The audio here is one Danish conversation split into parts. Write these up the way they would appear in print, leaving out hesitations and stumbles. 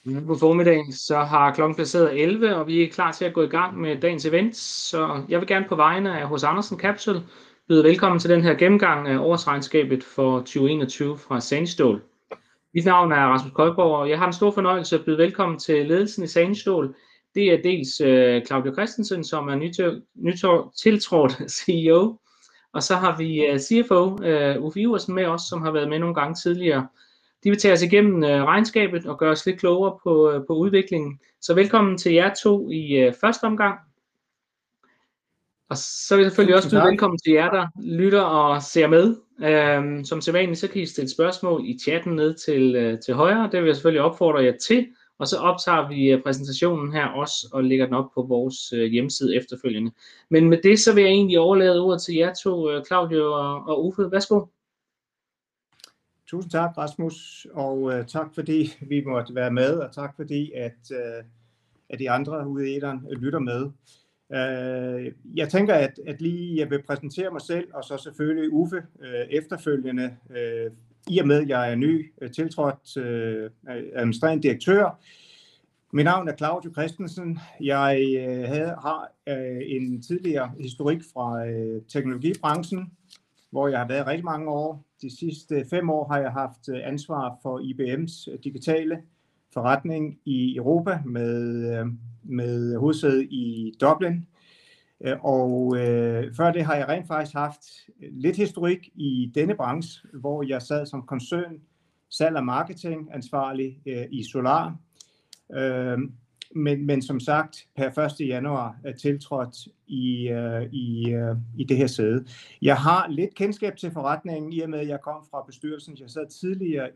God formiddag. Så har klokken passeret 11, og vi er klar til at gå i gang med dagens event. Så jeg vil gerne på vegne af H.C. Andersen Capital byde velkommen til den her gennemgang af årsregnskabet for 2021 fra Sanestål. Mit navn er Rasmus Køjborg, og jeg har den store fornøjelse at byde velkommen til ledelsen i Sanestål. Det er dels Claudio Christensen, som er nytiltrådt CEO, og så har vi CFO Uffe Iversen med os, som har været med nogle gange tidligere. De vil tage os igennem regnskabet og gøre os lidt klogere på udviklingen. Så velkommen til jer to i første omgang. Og så vil jeg selvfølgelig også byde velkommen til jer, der lytter og ser med. Som sædvanligt, så kan I stille spørgsmål i chatten ned til højre. Det vil jeg selvfølgelig opfordre jer til. Og så optager vi præsentationen her også og lægger den op på vores hjemmeside efterfølgende. Men med det, så vil jeg egentlig overlade ordet til jer to, Claudio og Uffe. Værsgo. Tusind tak, Rasmus, og tak fordi vi måtte være med, og tak fordi at de andre ude i æteren lytter med. Jeg tænker, at lige jeg vil præsentere mig selv, og så selvfølgelig Uffe efterfølgende, i og med at jeg er ny tiltrådt administrerende direktør. Mit navn er Claudio Christensen. Jeg har en tidligere historik fra teknologibranchen, hvor jeg har været rigtig mange år. De sidste 5 år har jeg haft ansvar for IBM's digitale forretning i Europa med hovedsæde i Dublin. Og før det har jeg rent faktisk haft lidt historik i denne branche, hvor jeg sad som koncern salg- og marketing ansvarlig i Solar. Men som sagt per 1. januar er tiltrådt i det her sæde. Jeg har lidt kendskab til forretningen, i og med at jeg kom fra bestyrelsen. Jeg sad tidligere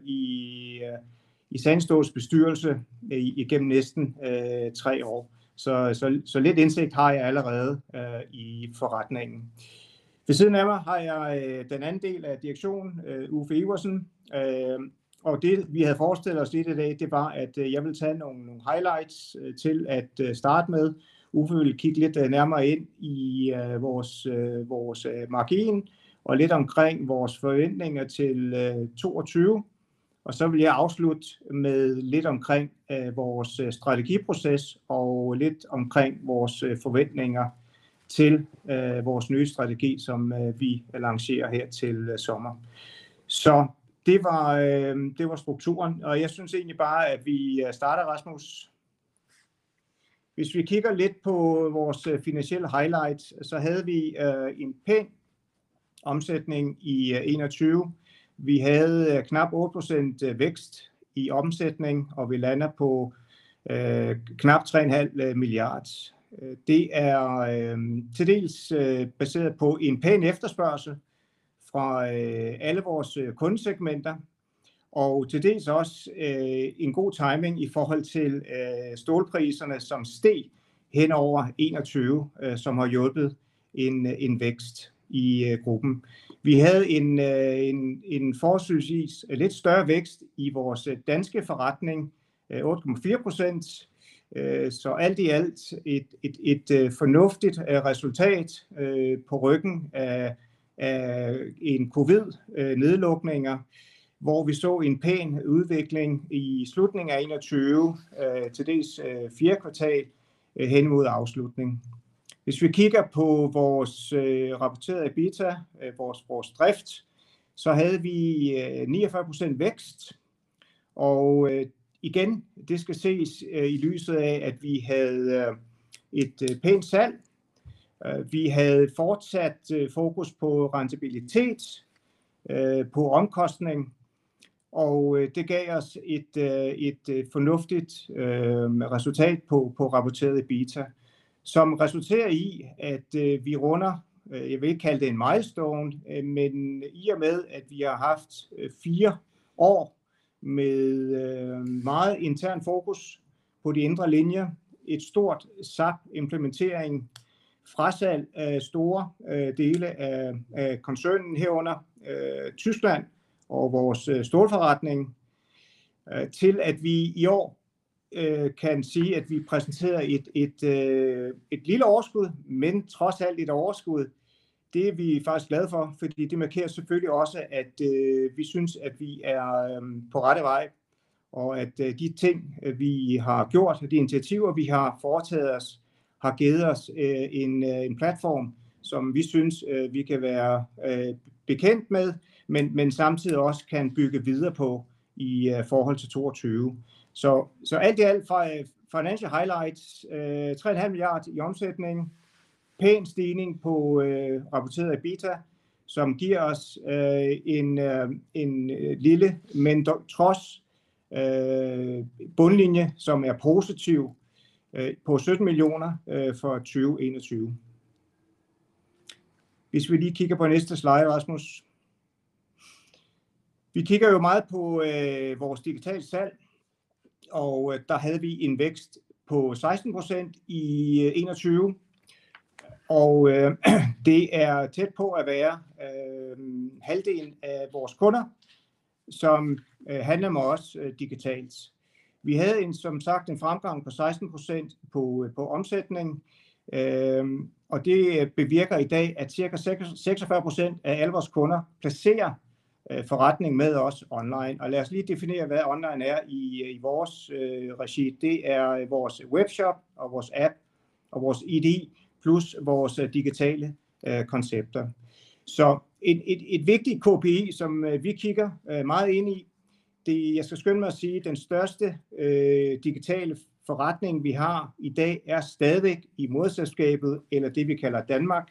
i Saneståls bestyrelse igennem næsten 3 år. Så lidt indsigt har jeg allerede i forretningen. Ved siden af mig har jeg den anden del af direktionen, Uffe Iversen. Og det vi havde forestillet os lidt i dag, det var, at jeg vil tage nogle highlights til at starte med. Uffe vil kigge lidt nærmere ind i vores margin og lidt omkring vores forventninger til 22. Og så vil jeg afslutte med lidt omkring vores strategiproces og lidt omkring vores forventninger til vores nye strategi, som vi lancerer her til sommer. Så det var strukturen, og jeg synes egentlig bare, at vi starter, Rasmus. Hvis vi kigger lidt på vores finansielle highlights, så havde vi en pæn omsætning i 21. Vi havde knap 8% vækst i omsætning, og vi lander på knap 3,5 milliarder. Det er til dels baseret på en pæn efterspørgsel fra alle vores kundesegmenter, og til dels også en god timing i forhold til stålpriserne, som steg hen over 21, som har hjulpet en vækst i gruppen. Vi havde en forholdsvis lidt større vækst i vores danske forretning, 8,4%. Så alt i alt et fornuftigt resultat på ryggen af en covid-nedlukninger, hvor vi så en pæn udvikling i slutningen af 21, til dels 4. kvartal hen mod afslutning. Hvis vi kigger på vores rapporterede EBITDA, vores drift, så havde vi 49% vækst, og igen, det skal ses i lyset af, at vi havde et pænt salg. Vi havde fortsat fokus på rentabilitet, på omkostning, og det gav os et fornuftigt resultat på rapporteret EBITDA, som resulterer i, at vi runder, jeg vil ikke kalde det en milestone, men i og med, at vi har haft 4 år med meget intern fokus på de indre linjer, et stort SAP-implementering, frasalg af store dele af koncernen herunder Tyskland og vores stålforretning, til at vi i år kan sige, at vi præsenterer et lille overskud, men trods alt et overskud. Det er vi faktisk glade for, fordi det markerer selvfølgelig også, at vi synes, at vi er på rette vej. og at de ting, vi har gjort, de initiativer, vi har foretaget os, har givet os en platform, som vi synes, vi kan være bekendt med, men samtidig også kan bygge videre på i forhold til 22. Så alt i alt fra financial highlights, 3,5 milliarder i omsætning, pæn stigning på rapporteret EBITDA, som giver os en lille, men trods bundlinje, som er positiv på 17 millioner for 2021. Hvis vi lige kigger på næste slide, Rasmus. Vi kigger jo meget på vores digitale salg, og der havde vi en vækst på 16% i 21. Og det er tæt på at være halvdelen af vores kunder, som handler med os digitalt. Vi havde som sagt en fremgang på 16% på omsætning, og det bevirker i dag, at ca. 46% af alle vores kunder placerer forretning med os online. Og lad os lige definere, hvad online er i vores regi. Det er vores webshop og vores app og vores ID plus vores digitale koncepter. Så et vigtigt KPI, som vi kigger meget ind i, det, jeg skal skynde mig at sige, den største digitale forretning, vi har i dag, er stadigvæk i moderselskabet, eller det vi kalder Danmark.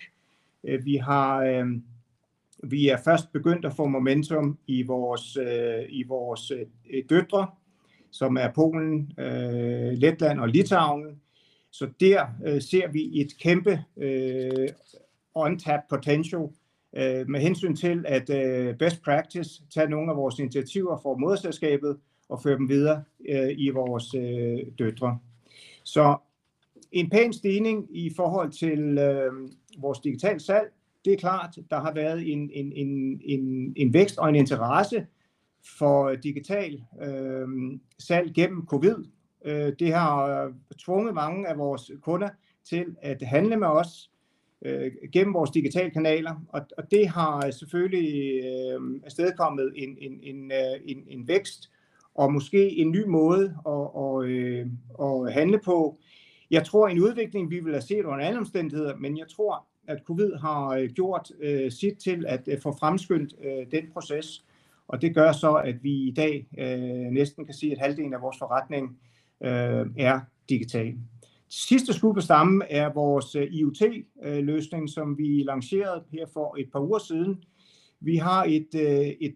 Vi er først begyndt at få momentum i vores døtre, som er Polen, Letland og Litauen. Så der ser vi et kæmpe untapped potential med hensyn til at best practice, tage nogle af vores initiativer fra moderselskabet og føre dem videre i vores døtre. Så en pæn stigning i forhold til vores digitale salg. Det er klart, der har været en vækst og en interesse for digital salg gennem covid. Det har tvunget mange af vores kunder til at handle med os gennem vores digitale kanaler, og det har selvfølgelig afstedkommet en vækst og måske en ny måde at handle på. Jeg tror en udvikling, vi vil have set under andre omstændigheder, men jeg tror, at covid har gjort sit til at få fremskyndt den proces, og det gør så, at vi i dag næsten kan sige, at halvdelen af vores forretning er digital. Sidste skud på stammen er vores IoT-løsning, som vi lancerede her for et par uger siden. Vi har et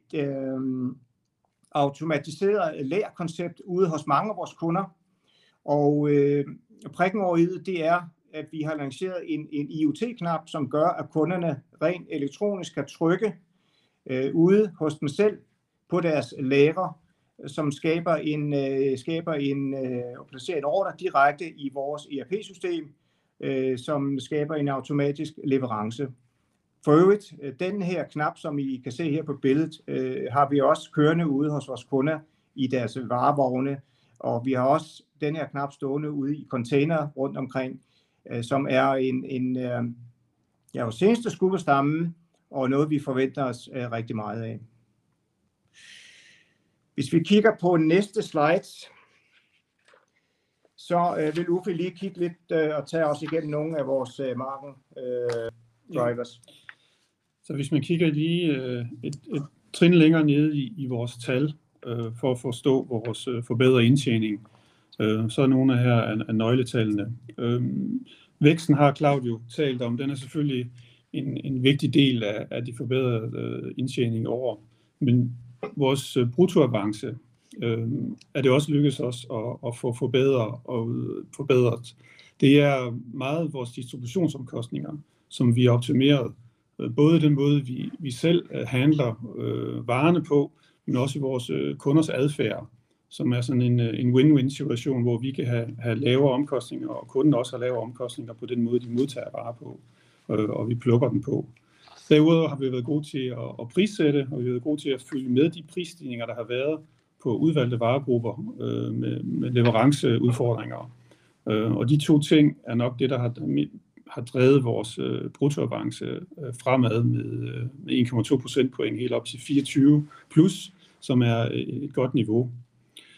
automatiseret lagerkoncept ude hos mange af vores kunder, og prikken over i det er, at vi har lanceret en IoT-knap, som gør, at kunderne rent elektronisk kan trykke ude hos dem selv på deres lager, som skaber og placerer en ordre direkte i vores ERP-system, som skaber en automatisk leverance. For øvrigt, den her knap, som I kan se her på billedet, har vi også kørende ude hos vores kunder i deres varevogne, og vi har også den her knap stående ude i container rundt omkring, som er jo seneste skud på stammen, og noget vi forventer os rigtig meget af. Hvis vi kigger på næste slide, så vil Uffe lige kigge lidt og tage os igennem nogle af vores marken drivers. Så hvis man kigger lige et trin længere nede i vores tal, for at forstå vores forbedrede indtjening, så er nogle her af nøgletallene. Væksten har Claudio talt om, den er selvfølgelig en vigtig del af de forbedrede indtjening over, men vores bruttoavance er det også lykkedes os at få forbedret. Det er meget vores distributionsomkostninger, som vi har optimeret, både den måde vi selv handler varerne på, men også i vores kunders adfærd, som er sådan en win-win situation, hvor vi kan have lavere omkostninger, og kunden også har lavere omkostninger på den måde, de modtager varer på, og vi plukker den på. Derudover har vi været gode til at prissætte, og vi har været gode til at følge med de prisstigninger, der har været på udvalgte varegrupper med leveranceudfordringer. Og de to ting er nok det, der har drevet vores bruttoavance fremad med 1,2 procentpoint helt op til 24 plus, som er et godt niveau.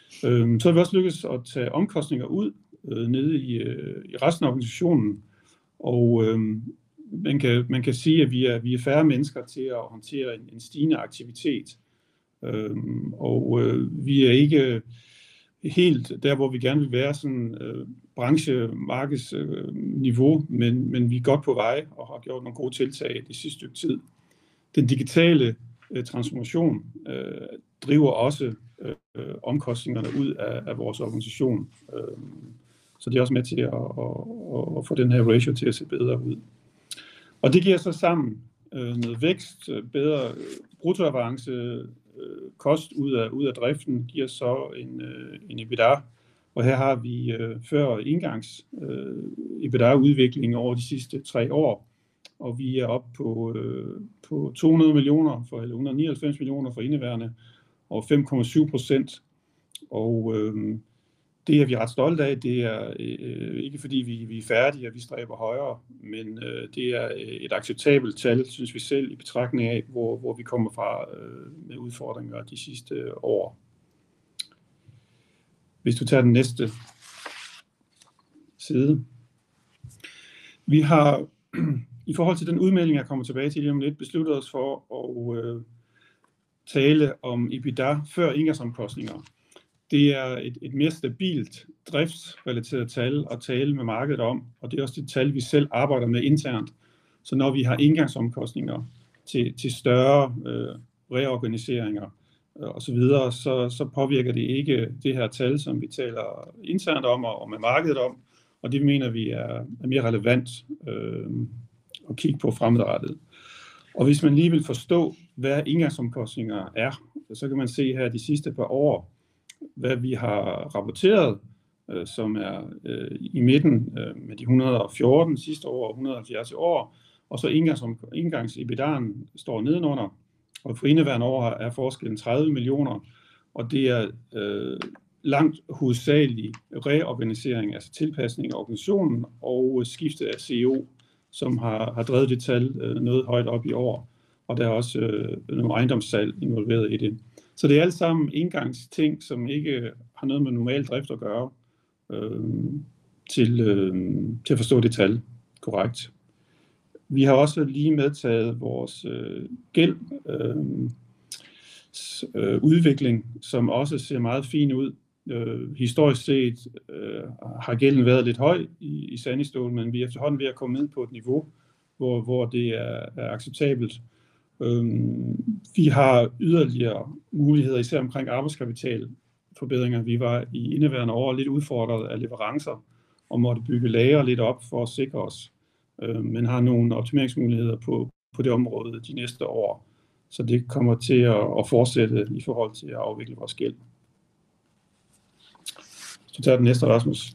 Så har vi også lykkedes at tage omkostninger ud nede i resten af organisationen, og man kan sige, at vi er færre mennesker til at håndtere en stigende aktivitet, og vi er ikke helt der, hvor vi gerne vil være, sådan branchemarkedsniveau, men vi er godt på vej og har gjort nogle gode tiltag det sidste stykke tid. Den digitale transformation driver også omkostningerne ud af vores organisation, så det er også med til at få den her ratio til at se bedre ud. Og det giver så sammen noget vækst, bedre bruttoavance, kost ud af driften, giver så en EBITDA. Og her har vi før engangs EBITDA-udvikling over de sidste 3 år, og vi er oppe på 200 millioner eller 199 millioner for indeværende, og 5,7%. Og det er vi ret stolte af. Det er ikke fordi vi er færdige, og vi stræber højere, men det er et acceptabelt tal, synes vi selv, i betragtning af, hvor vi kommer fra med udfordringer de sidste år. Hvis du tager den næste side. Vi har i forhold til den udmelding, jeg kommer tilbage til lige om lidt, besluttet os for at tale om EBITDA før engangsomkostninger. Det er et mere stabilt driftsrelateret tal at tale med markedet om, og det er også det tal, vi selv arbejder med internt. Så når vi har engangsomkostninger til større reorganiseringer og så videre, så påvirker det ikke det her tal, som vi taler internt om og med markedet om, og det mener vi er mere relevant at kigge på fremadrettet. Og hvis man lige vil forstå, hvad engangsomkostninger er, så kan man se her de sidste par år, hvad vi har rapporteret, som er i midten med de 114 sidste år og 170 år, og så engangs EBITDA'en står nedenunder, og for indeværende år er forskellen 30 millioner, og det er langt hovedsageligt reorganisering, altså tilpasning af organisationen og skiftet af CEO, som har drevet det tal noget højt op i år, og der er også nogle ejendomssalg involveret i det. Så det er alt sammen engangsting, som ikke har noget med normal drift at gøre, til at forstå det tal korrekt. Vi har også lige medtaget vores gæld udvikling, som også ser meget fin ud. Historisk set har gælden været lidt høj i Sanistål, men vi er efterhånden ved at komme ned på et niveau, hvor det er acceptabelt. Vi har yderligere muligheder, især omkring arbejdskapitalforbedringer. Vi var i indeværende år lidt udfordret af leverancer og måtte bygge lager lidt op for at sikre os, men har nogle optimeringsmuligheder på det område de næste år. Så det kommer til at fortsætte i forhold til at afvikle vores gæld. Så tager den næste, Rasmus.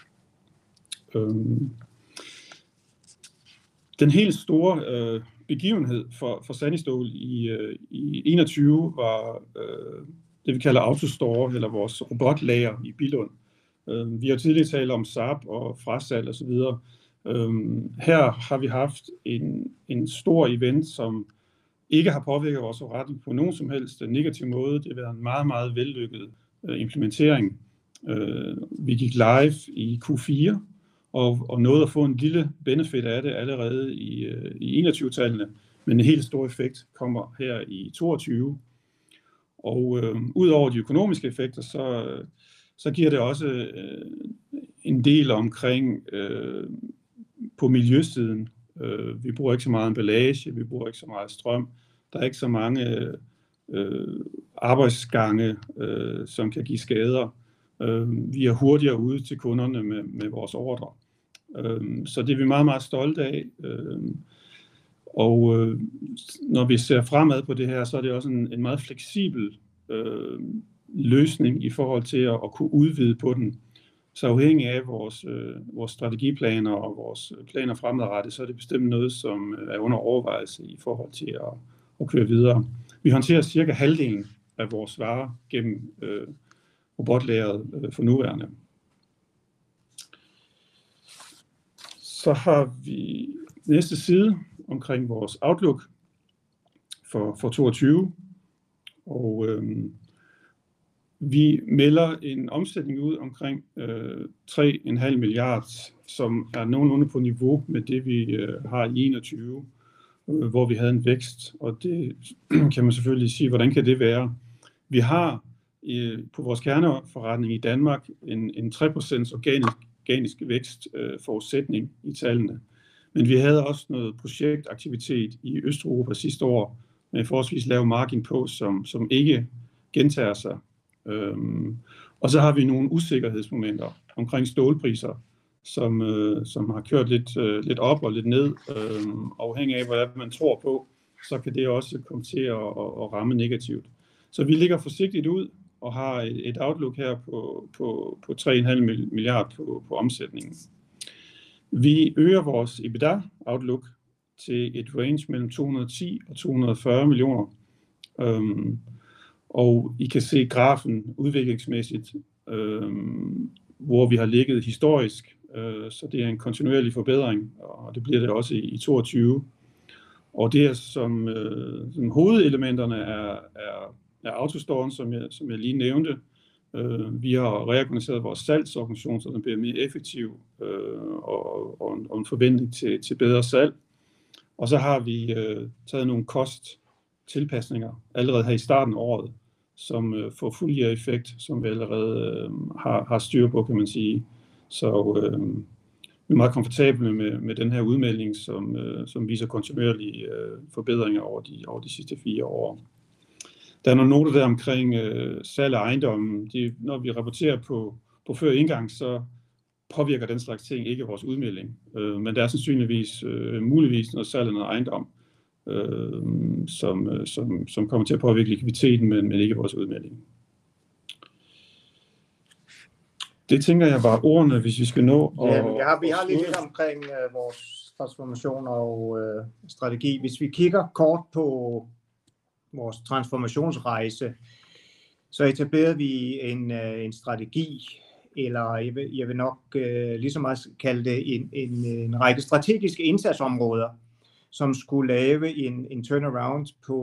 Den helt store begivenhed for Sanistål i 21 var det, vi kalder AutoStore, eller vores robotlager i Billund. Vi har tidligere talt om SAP og frasalg osv. Her har vi haft en stor event, som ikke har påvirket vores forretning på nogen som helst negativ måde. Det har været en meget, meget vellykket implementering. Vi gik live i Q4 og nåede at få en lille benefit af det allerede i 21-tallene, men en helt stor effekt kommer her i 22. Og ud over de økonomiske effekter, så giver det også en del omkring på miljøsiden. Vi bruger ikke så meget emballage, vi bruger ikke så meget strøm, der er ikke så mange arbejdsgange, som kan give skader. Vi er hurtigere ude til kunderne med vores ordre. Så det er vi meget, meget stolte af. Og når vi ser fremad på det her, så er det også en meget fleksibel løsning i forhold til at kunne udvide på den. Så afhængig af vores strategiplaner og vores planer fremadrettet, så er det bestemt noget, som er under overvejelse i forhold til at køre videre. Vi håndterer cirka halvdelen af vores varer gennem robotlageret for nuværende. Så har vi næste side omkring vores outlook for 22. Og Vi melder en omsætning ud omkring 3,5 milliarder, som er nogenlunde på niveau med det, vi har i 2021, hvor vi havde en vækst. Og det kan man selvfølgelig sige, hvordan kan det være? Vi har på vores kerneforretning i Danmark en 3% organisk vækst forudsætning i tallene. Men vi havde også noget projektaktivitet i Østeuropa sidste år med forholdsvis lav margin på, som ikke gentager sig. Og så har vi nogle usikkerhedsmomenter omkring stålpriser, som har kørt lidt op og lidt ned, afhængig af, hvad man tror på, så kan det også komme til at ramme negativt. Så vi ligger forsigtigt ud og har et outlook her på 3,5 milliarder på omsætningen. Vi øger vores EBITDA-outlook til et range mellem 210 og 240 millioner. Og I kan se grafen udviklingsmæssigt, hvor vi har ligget historisk, så det er en kontinuerlig forbedring, og det bliver det også i 2022. Og det er som hovedelementerne er AutoStore, som jeg lige nævnte. Vi har reorganiseret vores salgsorganisation, så den bliver mere effektiv og en forventning til bedre salg. Og så har vi taget nogle kosttilpasninger allerede her i starten af året, som får fuld year effekt, som vi allerede har styr på, kan man sige. Så vi er meget komfortable med den her udmelding, som viser kontinuerlige forbedringer over de sidste 4 år. Der er nogle noter der omkring salg af ejendommen. Når vi rapporterer på før indgang, så påvirker den slags ting ikke vores udmelding. Men der er sandsynligvis muligvis noget salg af noget ejendom, som kommer til at påvirke likviditeten, men ikke vores udmelding. Det tænker jeg var ordene, hvis vi skal nå. Vi har lidt omkring vores transformation og strategi. Hvis vi kigger kort på vores transformationsrejse, så etablerede vi en strategi, eller jeg vil nok lige så meget kalde det en række strategiske indsatsområder, som skulle lave en turnaround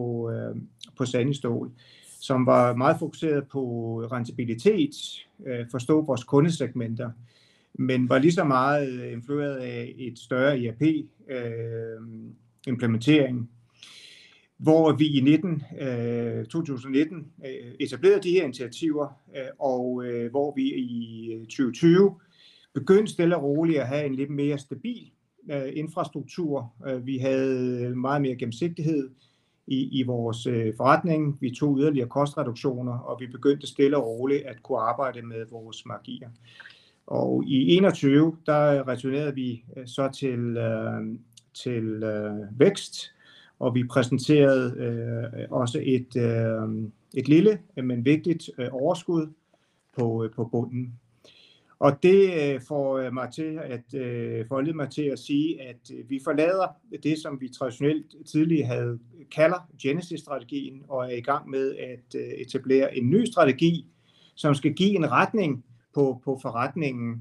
på Sanistål, som var meget fokuseret på rentabilitet, forstå vores kundesegmenter, men var lige så meget influeret af et større ERP-implementering, hvor vi i 2019 etablerede de her initiativer, og hvor vi i 2020 begyndte stille og roligt at have en lidt mere stabil infrastruktur. Vi havde meget mere gennemsigtighed i vores forretning. Vi tog yderligere kostreduktioner, og vi begyndte stille og roligt at kunne arbejde med vores margier. Og i 2021, der returnerede vi så til vækst, og vi præsenterede også et lille, men vigtigt overskud på bunden. Og det får mig til at sige, at vi forlader det, som vi traditionelt tidligere kalder Genesis-strategien, og er i gang med at etablere en ny strategi, som skal give en retning på forretningen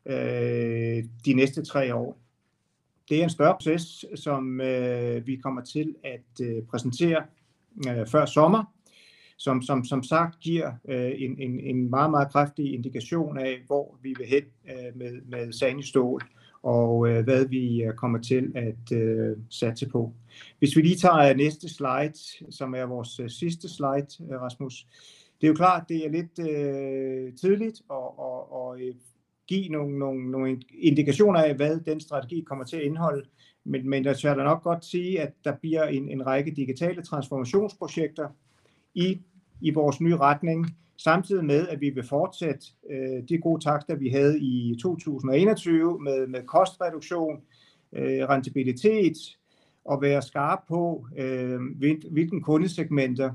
de næste 3 år. Det er en større proces, som vi kommer til at præsentere før sommer, som sagt giver en meget, meget kraftig indikation af, hvor vi vil hen med Sanistål, og hvad vi kommer til at satse på. Hvis vi lige tager næste slide, som er vores sidste slide, Rasmus. Det er jo klart, det er lidt tidligt at give nogle indikationer af, hvad den strategi kommer til at indeholde, men jeg tør da nok godt sige, at der bliver en række digitale transformationsprojekter i vores nye retning, samtidig med, at vi vil fortsætte de gode takter, vi havde i 2021 med kostreduktion, rentabilitet, og være skarpe på, hvilken kundesegmenter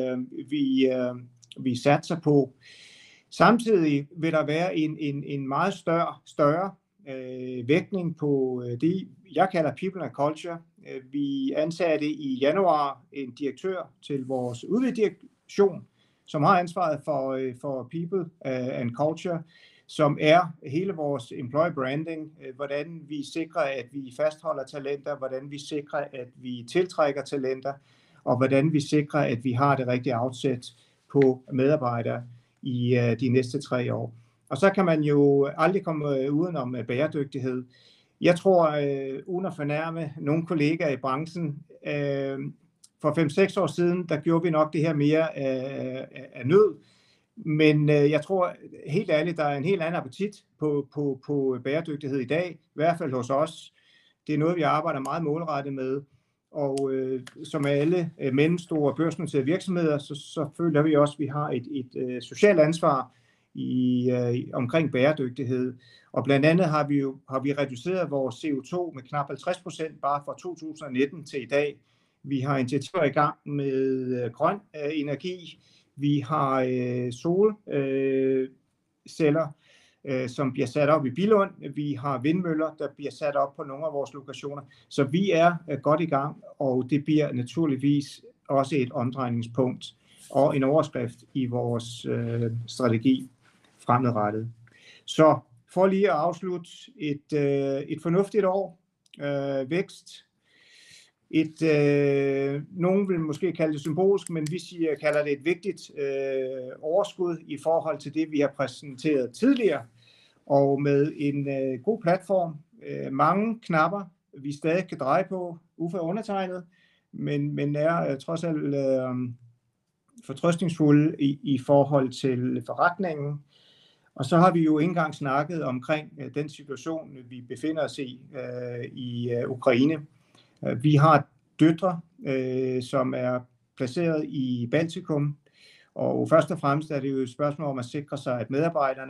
vi satser på. Samtidig vil der være en meget større vægtning på det, jeg kalder people and culture. Vi ansatte i januar en direktør til vores udviklingsdirektion, som har ansvaret for people and culture, som er hele vores employee branding, hvordan vi sikrer, at vi fastholder talenter, hvordan vi sikrer, at vi tiltrækker talenter, og hvordan vi sikrer, at vi har det rigtige afsæt på medarbejdere. i de næste 3 år. Og så kan man jo aldrig komme udenom bæredygtighed. Jeg tror, uden at fornærme nogle kollegaer i branchen, for 5-6 år siden, der gjorde vi nok det her mere af nød. Men jeg tror helt ærligt, der er en helt anden appetit på bæredygtighed i dag, i hvert fald hos os. Det er noget, vi arbejder meget målrettet med, og som alle mellemstore børsnoterede virksomheder, så føler vi også, at vi har et socialt ansvar omkring bæredygtighed. Og blandt andet har vi reduceret vores CO2 med knap 50% bare fra 2019 til i dag. Vi har initiativer i gang med grøn energi. Vi har solceller, som bliver sat op i Billund. Vi har vindmøller, der bliver sat op på nogle af vores lokationer. Så vi er godt i gang, og det bliver naturligvis også et omdrejningspunkt og en overskrift i vores strategi fremadrettet. Så for lige at afslutte et fornuftigt år, vækst. Nogen vil måske kalde det symbolsk, men vi kalder det et vigtigt overskud i forhold til det, vi har præsenteret tidligere. Og med en god platform, mange knapper, vi stadig kan dreje på, Uffe undertegnet, men er trods alt fortrøstningsfulde i forhold til forretningen. Og så har vi jo ikke engang snakket omkring den situation, vi befinder os i Ukraine. Vi har døtre, som er placeret i Baltikum, og først og fremmest er det jo et spørgsmål om at sikre sig, at medarbejderne,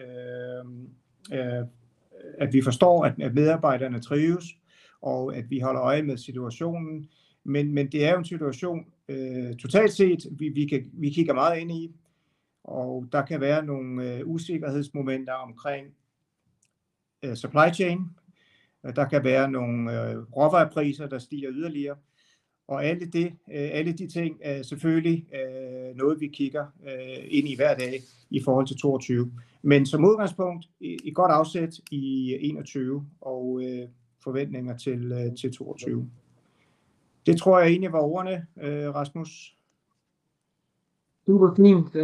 at vi forstår, at medarbejderne trives, og at vi holder øje med situationen. Men det er jo en situation, totalt set, vi kigger meget ind i, og der kan være nogle usikkerhedsmomenter omkring supply chain. Der kan være nogle råvarepriser, der stiger yderligere, og alle de ting er selvfølgelig noget, vi kigger ind i hver dag i forhold til 22. Men som udgangspunkt et godt afsæt i 21 og forventninger til 22. Det tror jeg egentlig var ordene, Rasmus. Super fint.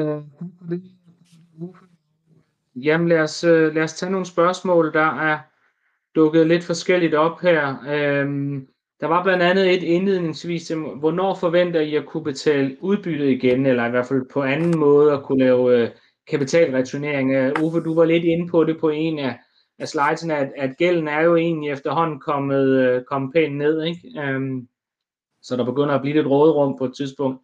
Jamen lad os tage nogle spørgsmål, der er dukket lidt forskelligt op her. Der var blandt andet et indledningsvis, hvornår forventer I at kunne betale udbyttet igen, eller i hvert fald på anden måde at kunne lave kapitalreturnering? Uffe, du var lidt inde på det på en af slidesene, at gælden er jo egentlig efterhånden kommet pænt ned, ikke? Så der begynder at blive lidt råderum på et tidspunkt.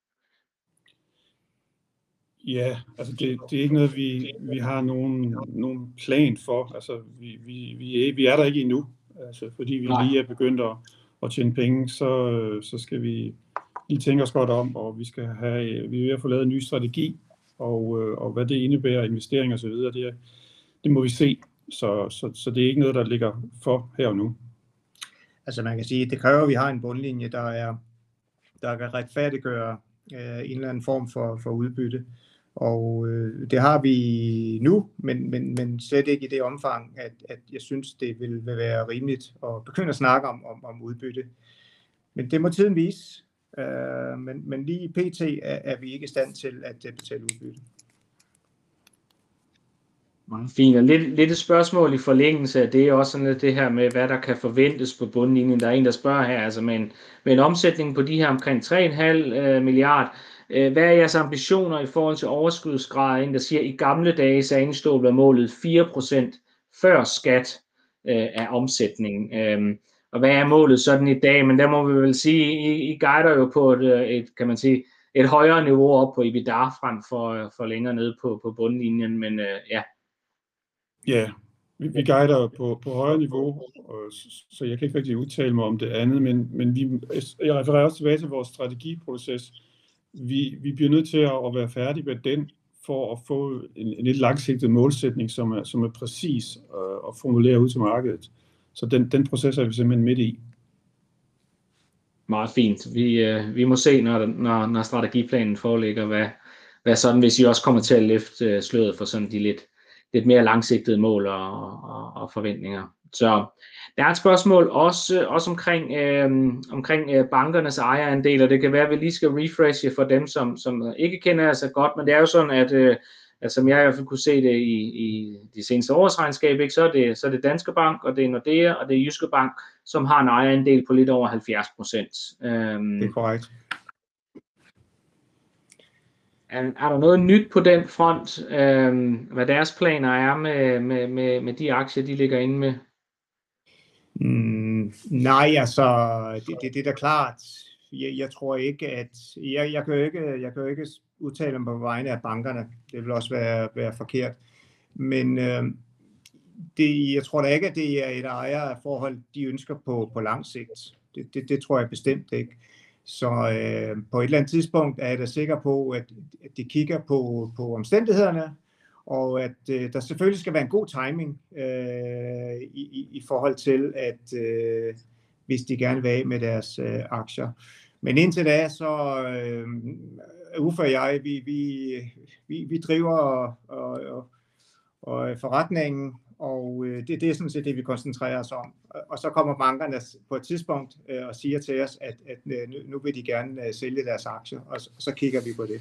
Ja, altså det er ikke noget, vi har nogen plan for. Altså vi er der ikke endnu. Altså fordi vi lige er begyndt at tjene penge, så skal vi lige tænke os godt om, og vi er ved at få lavet en ny strategi, og hvad det indebærer, investeringer og så videre, det må vi se. Så det er ikke noget, der ligger for her og nu. Altså man kan sige, det kræver, at vi har en bundlinje, der kan retfærdiggøre en eller anden form for udbytte. Og det har vi nu, men slet ikke i det omfang, at jeg synes, det vil være rimeligt at begynde at snakke om udbytte. Men det må tiden vise, men lige pt. Er vi ikke i stand til at betale udbytte. Fint, og lidt et spørgsmål i forlængelse af det, også sådan det her med, hvad der kan forventes på bundlinjen. Der er en, der spørger her, altså med en omsætning på de her omkring 3,5 milliard. Hvad er jeres ambitioner i forhold til overskudsgraden, der siger, i gamle dage, så indstod var målet 4% før skat af omsætningen. Og hvad er målet sådan i dag? Men der må vi vel sige, I guider jo på kan man sige, et højere niveau op på EBITDA frem for længere nede på bundlinjen, men ja. Ja, vi guider på højere niveau, så jeg kan ikke rigtig udtale mig om det andet, men jeg refererer også tilbage til vores strategiproces. Vi bliver nødt til at være færdige med den, for at få en lidt langsigtet målsætning, som er præcis og formuleret ud til markedet. Så den proces er vi simpelthen midt i. Meget fint. Vi må se, når strategiplanen foreligger, hvad sådan, hvis I også kommer til at løfte sløret for sådan de lidt mere langsigtede mål og forventninger. Så der er et spørgsmål også omkring bankernes ejerandel, og det kan være, at vi lige skal refreshe for dem, som ikke kender jer så godt, men det er jo sådan, at som jeg i hvert fald kunne se det i de seneste årsregnskab, ikke, så er det Danske Bank, og det er Nordea, og det er Jyske Bank, som har en ejerandel på lidt over 70%. Det er korrekt. Er der noget nyt på den front, hvad deres planer er med de aktier, de ligger inde med? Nej, altså, det er da klart. Jeg tror ikke, at jeg kan jo ikke udtale mig på vegne af bankerne. Det vil også være forkert. Men jeg tror da ikke, at det er et ejerforhold, de ønsker på lang sigt. Det tror jeg bestemt ikke. Så på et eller andet tidspunkt er jeg da sikker på, at de kigger på omstændighederne, og at der selvfølgelig skal være en god timing i forhold til, at hvis de gerne vil af med deres aktier. Men indtil da, så Uffe og jeg, vi driver og forretningen, og det er sådan set det, vi koncentrerer os om. Og så kommer bankerne på et tidspunkt og siger til os, at nu vil de gerne sælge deres aktier, og så kigger vi på det.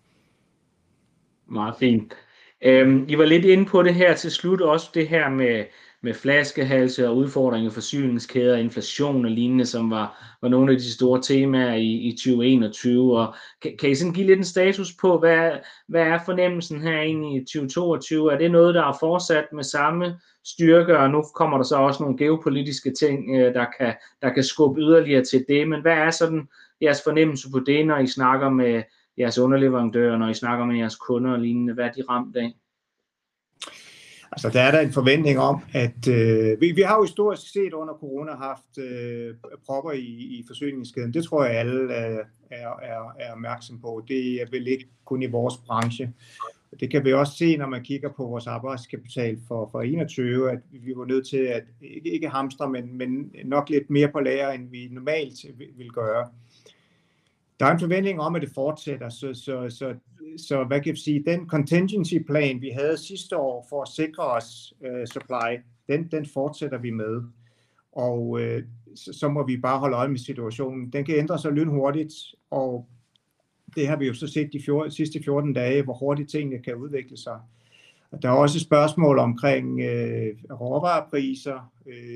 Meget fint. I var lidt inde på det her til slut, også det her med flaskehalse og udfordringer, forsyningskæder, inflation og lignende, som var nogle af de store temaer i 2021. Og kan I sådan give lidt en status på, hvad er fornemmelsen her egentlig i 2022? Er det noget, der er fortsat med samme styrke, og nu kommer der så også nogle geopolitiske ting, der kan skubbe yderligere til det, men hvad er sådan jeres fornemmelse på det, når I snakker med jeres underleverandører, når I snakker med jeres kunder og lignende? Hvad er de ramt af? Altså, der er der en forventning om, at vi har jo historisk set under corona haft propper i forsyningskæden. Det tror jeg alle er opmærksom på. Det er vel ikke kun i vores branche. Det kan vi også se, når man kigger på vores arbejdskapital for 21, at vi var nødt til at ikke hamstre, men nok lidt mere på lager, end vi normalt vil gøre. Der er en forventning om, at det fortsætter, så hvad kan vi sige, den contingency plan, vi havde sidste år for at sikre os supply, den fortsætter vi med. Og så må vi bare holde øje med situationen. Den kan ændre sig lynhurtigt, og det har vi jo så set de sidste 14 dage, hvor hurtigt tingene kan udvikle sig. Og der er også et spørgsmål omkring råvarepriser,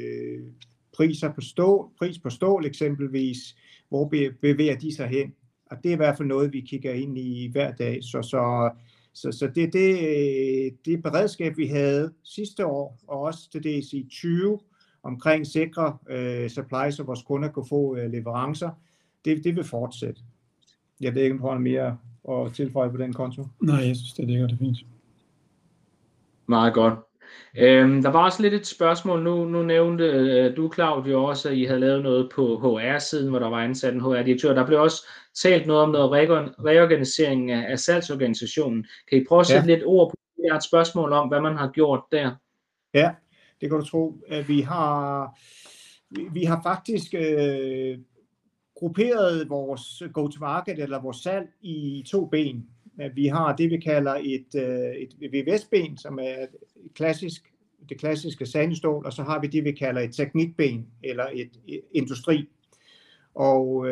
pris på stål eksempelvis. Hvor bevæger de sig hen? Og det er i hvert fald noget, vi kigger ind i hver dag. Så det beredskab, vi havde sidste år, og også til det i 20 omkring sikre supply, så vores kunder kunne få leverancer, det vil fortsætte. Jeg ved ikke, om du har mere at tilføje på den konto. Nej, jeg synes, det ligger det fint. Meget godt. Der var også lidt et spørgsmål, nu nævnte du, Claudio, også, at I havde lavet noget på HR-siden, hvor der var ansat en HR-direktør. Der blev også talt noget om noget reorganisering af salgsorganisationen. Kan I prøve at sætte lidt ord på det? Er et spørgsmål om, hvad man har gjort der? Ja, det kan du tro. Vi har faktisk grupperet vores go-to-market eller vores salg i 2 ben. Vi har det, vi kalder et VVS-ben, som er det klassiske sandstål, og så har vi det, vi kalder et teknikben eller et industri. Og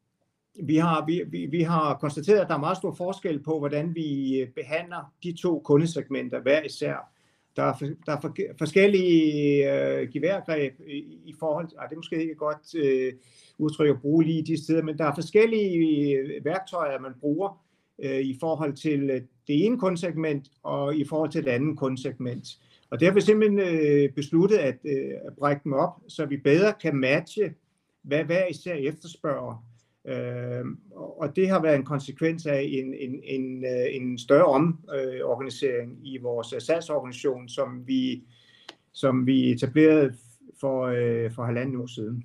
vi har konstateret, at der er meget stor forskel på, hvordan vi behandler de 2 kundesegmenter hver især. Der er forskellige geværgreb i forhold til, det er måske ikke et godt udtryk at bruge lige i de steder, men der er forskellige værktøjer, man bruger i forhold til det ene kundsegment og i forhold til det andet kundsegment. Og der har vi simpelthen besluttet at brække dem op, så vi bedre kan matche, hvad hver især efterspørger. Og det har været en konsekvens af en større omorganisering i vores salgsorganisation, som vi etablerede for 1,5 uge siden.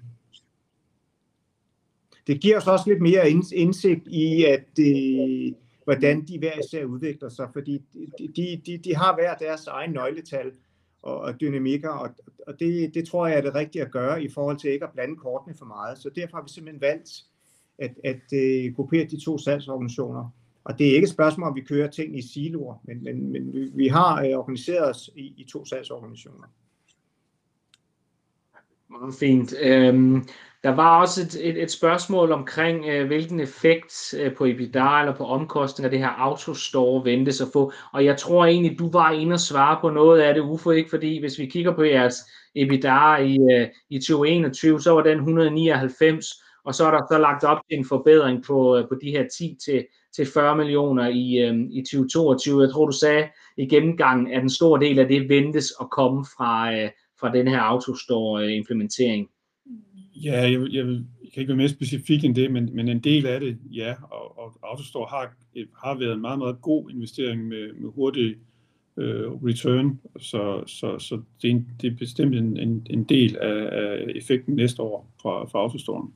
Det giver os også lidt mere indsigt i, hvordan de hver især udvikler sig, fordi de har hver deres egen nøgletal og dynamikker, og det tror jeg er det rigtige at gøre i forhold til ikke at blande kortene for meget. Så derfor har vi simpelthen valgt at gruppere de 2 salgsorganisationer. Og det er ikke et spørgsmål, om vi kører ting i siloer, men vi har organiseret os i 2 salgsorganisationer. Meget fint. Der var også et spørgsmål omkring, hvilken effekt på EBITDA eller på omkostninger det her AutoStore ventes at få. Og jeg tror egentlig, du var inde og svare på noget af det, Uffe, ikke? Fordi hvis vi kigger på jeres EBITDA i 2021, så var den 199, og så er der så lagt op til en forbedring på de her 10 til 40 millioner i 2022. Jeg tror, du sagde i gennemgangen, at en stor del af det ventes at komme fra den her AutoStore-implementering. Ja, jeg kan ikke være mere specifik end det, men en del af det, ja, og AutoStore har været en meget, meget god investering med hurtig return, så det er bestemt en del af effekten næste år fra AutoStore.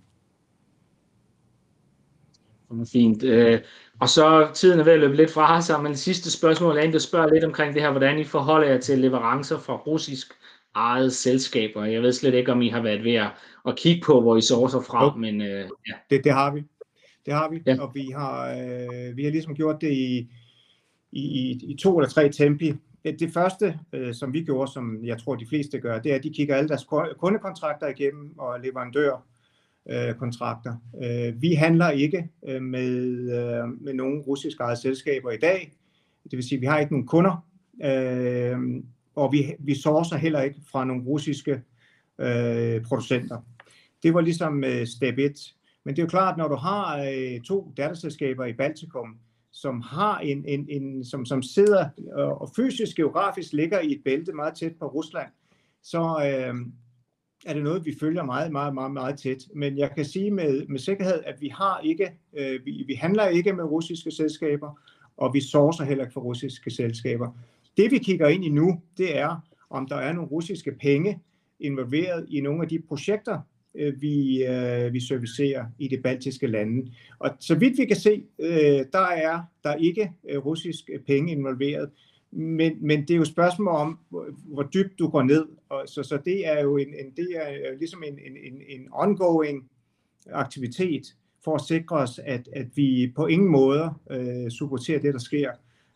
Fint. Og så tiden er ved at løbe lidt fra sig, men det sidste spørgsmål er, at spørger lidt omkring det her, hvordan I forholder jer til leverancer fra russisk ejede selskaber. Jeg ved slet ikke, om I har været ved at kigge på, hvor I sourcer fra, men ja. Det har vi. Det har vi, ja. Og vi har ligesom gjort det i 2 eller 3 tempi. Det første, som vi gjorde, som jeg tror de fleste gør, det er, at de kigger alle deres kundekontrakter igennem og leverandørkontrakter. Vi handler ikke med nogen russisk ejede selskaber i dag. Det vil sige, at vi har ikke nogen kunder, og vi sourcer heller ikke fra nogle russiske producenter. Det var ligesom step 1. Men det er jo klart, når du har 2 datterselskaber i Baltikum, som har som sidder og fysisk geografisk ligger i et bælte meget tæt på Rusland, så er det noget, vi følger meget, meget, meget, meget tæt. Men jeg kan sige med sikkerhed, at vi handler ikke med russiske selskaber, og vi sourcer heller ikke for russiske selskaber. Det vi kigger ind i nu, det er, om der er nogle russiske penge involveret i nogle af de projekter, vi servicerer i de baltiske lande. Og så vidt vi kan se, der er der ikke russisk penge involveret. Men det er jo et spørgsmål om, hvor dybt du går ned. Og så det er jo ligesom en ongoing aktivitet for at sikre os, at vi på ingen måde supporterer det, der sker,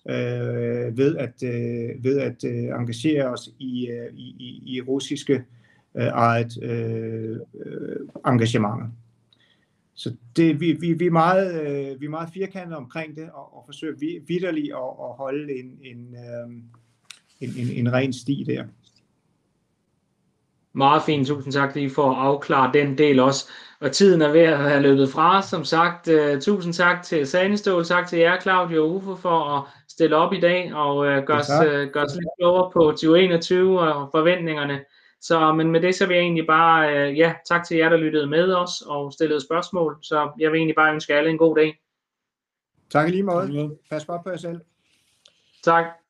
ved at engagere os i russiske eget engagementer. Så det, vi er meget firkantede omkring det, og forsøger vitterligt at holde en ren sti der. Meget fint, tusind tak lige for at afklare den del også. Og tiden er ved at have løbet fra, som sagt. Tusind tak til Sanestål, tak til jer, Claudio og Uffe, for at stille op i dag og gøre os lidt klogere på 2021 og forventningerne. Så, men med det så vil jeg egentlig bare, tak til jer, der lyttede med os og stillede spørgsmål. Så jeg vil egentlig bare ønske alle en god dag. Tak i lige måde. Pas godt på jer selv. Tak.